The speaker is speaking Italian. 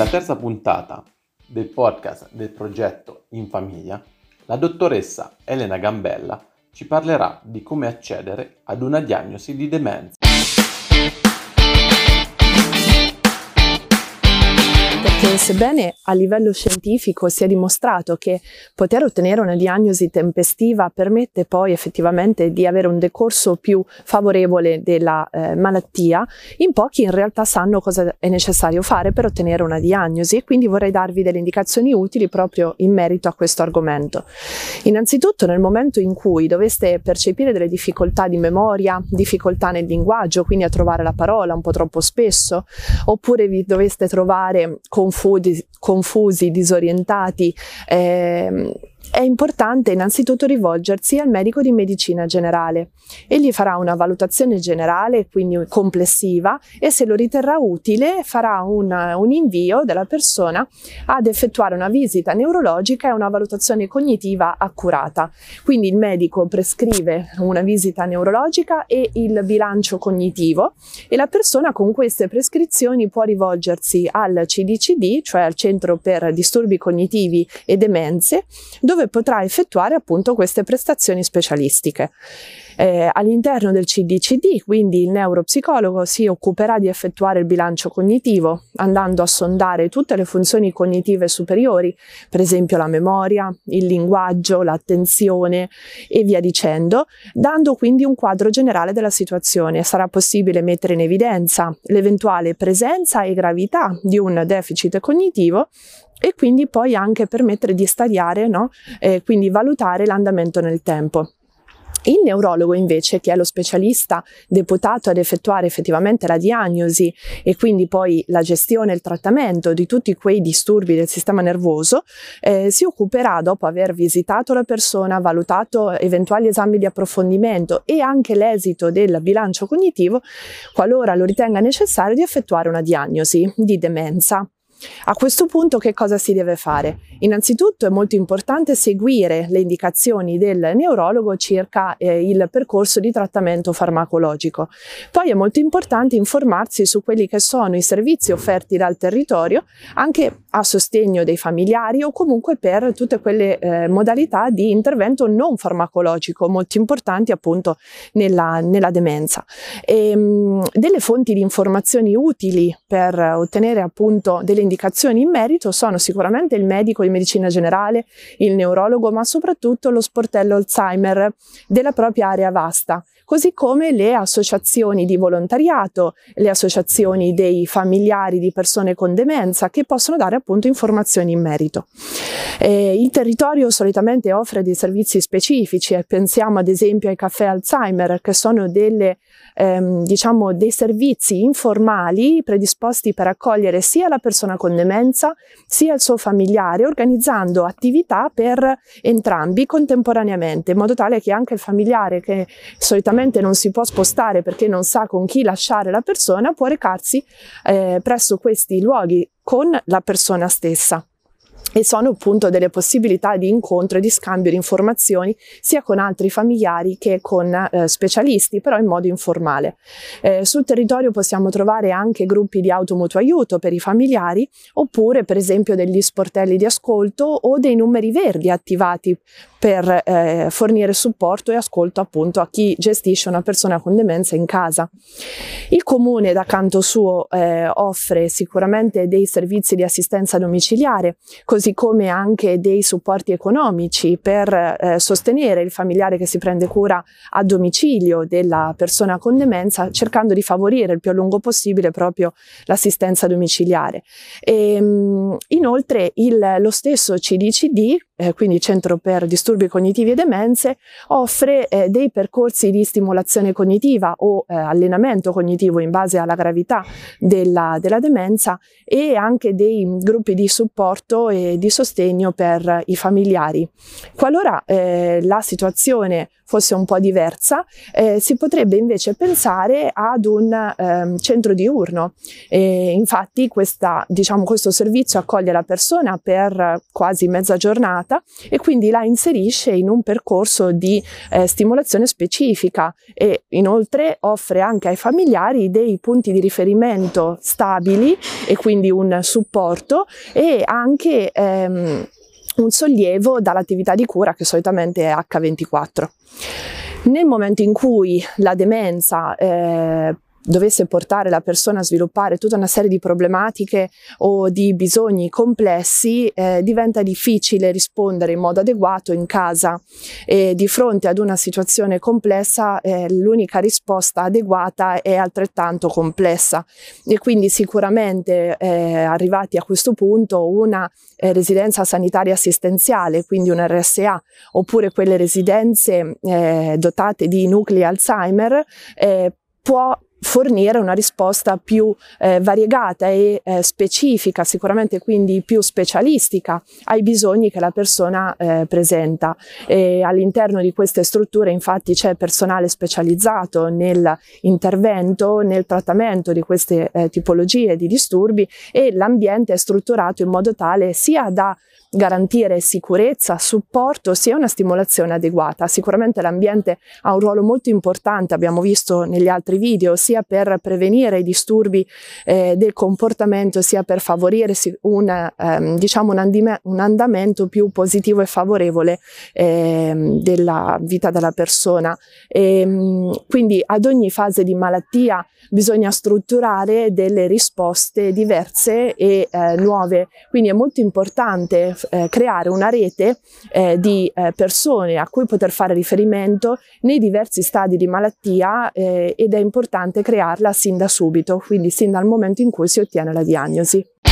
Nella terza puntata del podcast del progetto In Famiglia, la dottoressa Elena Gambella ci parlerà di come accedere ad una diagnosi di demenza. Perché sebbene a livello scientifico sia dimostrato che poter ottenere una diagnosi tempestiva permette poi effettivamente di avere un decorso più favorevole della malattia, in pochi in realtà sanno cosa è necessario fare per ottenere una diagnosi e quindi vorrei darvi delle indicazioni utili proprio in merito a questo argomento. Innanzitutto, nel momento in cui doveste percepire delle difficoltà di memoria, difficoltà nel linguaggio, quindi a trovare la parola un po' troppo spesso, oppure vi doveste trovare confusi, disorientati, è importante innanzitutto rivolgersi al medico di medicina generale. Egli farà una valutazione generale, quindi complessiva, e se lo riterrà utile farà un invio della persona ad effettuare una visita neurologica e una valutazione cognitiva accurata. Quindi il medico prescrive una visita neurologica e il bilancio cognitivo e la persona con queste prescrizioni può rivolgersi al CDCD, cioè al Centro per Disturbi Cognitivi e Demenze, dove potrà effettuare appunto queste prestazioni specialistiche. All'interno del CDCD, quindi il neuropsicologo si occuperà di effettuare il bilancio cognitivo, andando a sondare tutte le funzioni cognitive superiori, per esempio la memoria, il linguaggio, l'attenzione e via dicendo, dando quindi un quadro generale della situazione. Sarà possibile mettere in evidenza l'eventuale presenza e gravità di un deficit cognitivo e quindi poi anche permettere di stadiare, quindi valutare l'andamento nel tempo. Il neurologo invece, che è lo specialista deputato ad effettuare effettivamente la diagnosi e quindi poi la gestione e il trattamento di tutti quei disturbi del sistema nervoso, si occuperà, dopo aver visitato la persona, valutato eventuali esami di approfondimento e anche l'esito del bilancio cognitivo, qualora lo ritenga necessario, di effettuare una diagnosi di demenza. A questo punto che cosa si deve fare? Innanzitutto è molto importante seguire le indicazioni del neurologo circa il percorso di trattamento farmacologico. Poi è molto importante informarsi su quelli che sono i servizi offerti dal territorio, anche a sostegno dei familiari o comunque per tutte quelle modalità di intervento non farmacologico molto importanti appunto nella demenza. Delle fonti di informazioni utili per ottenere appunto delle indicazioni in merito sono sicuramente il medico di medicina generale, il neurologo, ma soprattutto lo sportello Alzheimer della propria area vasta, così come le associazioni di volontariato, le associazioni dei familiari di persone con demenza che possono dare appunto informazioni in merito. Il territorio solitamente offre dei servizi specifici e pensiamo ad esempio ai caffè Alzheimer, che sono dei servizi informali predisposti per accogliere sia la persona con demenza sia il suo familiare, organizzando attività per entrambi contemporaneamente, in modo tale che anche il familiare, che solitamente non si può spostare perché non sa con chi lasciare la persona, può recarsi presso questi luoghi con la persona stessa. E sono appunto delle possibilità di incontro e di scambio di informazioni sia con altri familiari che con specialisti, però in modo informale. Sul territorio possiamo trovare anche gruppi di automutuo aiuto per i familiari, oppure per esempio degli sportelli di ascolto o dei numeri verdi attivati per fornire supporto e ascolto appunto a chi gestisce una persona con demenza in casa. Il comune da canto suo offre sicuramente dei servizi di assistenza domiciliare, così come anche dei supporti economici per sostenere il familiare che si prende cura a domicilio della persona con demenza, cercando di favorire il più a lungo possibile proprio l'assistenza domiciliare. Inoltre lo stesso CDCD, quindi Centro per Disturbi Cognitivi e Demenze, offre dei percorsi di stimolazione cognitiva o allenamento cognitivo in base alla gravità della demenza e anche dei gruppi di supporto e di sostegno per i familiari. Qualora la situazione fosse un po' diversa, si potrebbe invece pensare ad un centro diurno. Infatti questo servizio accoglie la persona per quasi mezza giornata e quindi la inserisce inserisce in un percorso di stimolazione specifica e inoltre offre anche ai familiari dei punti di riferimento stabili e quindi un supporto e anche un sollievo dall'attività di cura che solitamente è H24. Nel momento in cui la demenza dovesse portare la persona a sviluppare tutta una serie di problematiche o di bisogni complessi, diventa difficile rispondere in modo adeguato in casa e di fronte ad una situazione complessa l'unica risposta adeguata è altrettanto complessa e quindi sicuramente arrivati a questo punto una residenza sanitaria assistenziale, quindi un RSA, oppure quelle residenze dotate di nuclei Alzheimer può fornire una risposta più variegata e specifica, sicuramente quindi più specialistica ai bisogni che la persona presenta. All'interno di queste strutture infatti c'è personale specializzato nell'intervento, nel trattamento di queste tipologie di disturbi e l'ambiente è strutturato in modo tale sia da garantire sicurezza, supporto, sia una stimolazione adeguata. Sicuramente l'ambiente ha un ruolo molto importante, abbiamo visto negli altri video, sia per prevenire i disturbi del comportamento, sia per favorire un andamento più positivo e favorevole della vita della persona. Quindi ad ogni fase di malattia bisogna strutturare delle risposte diverse e nuove, quindi è molto importante creare una rete di persone a cui poter fare riferimento nei diversi stadi di malattia ed è importante crearla sin da subito, quindi sin dal momento in cui si ottiene la diagnosi.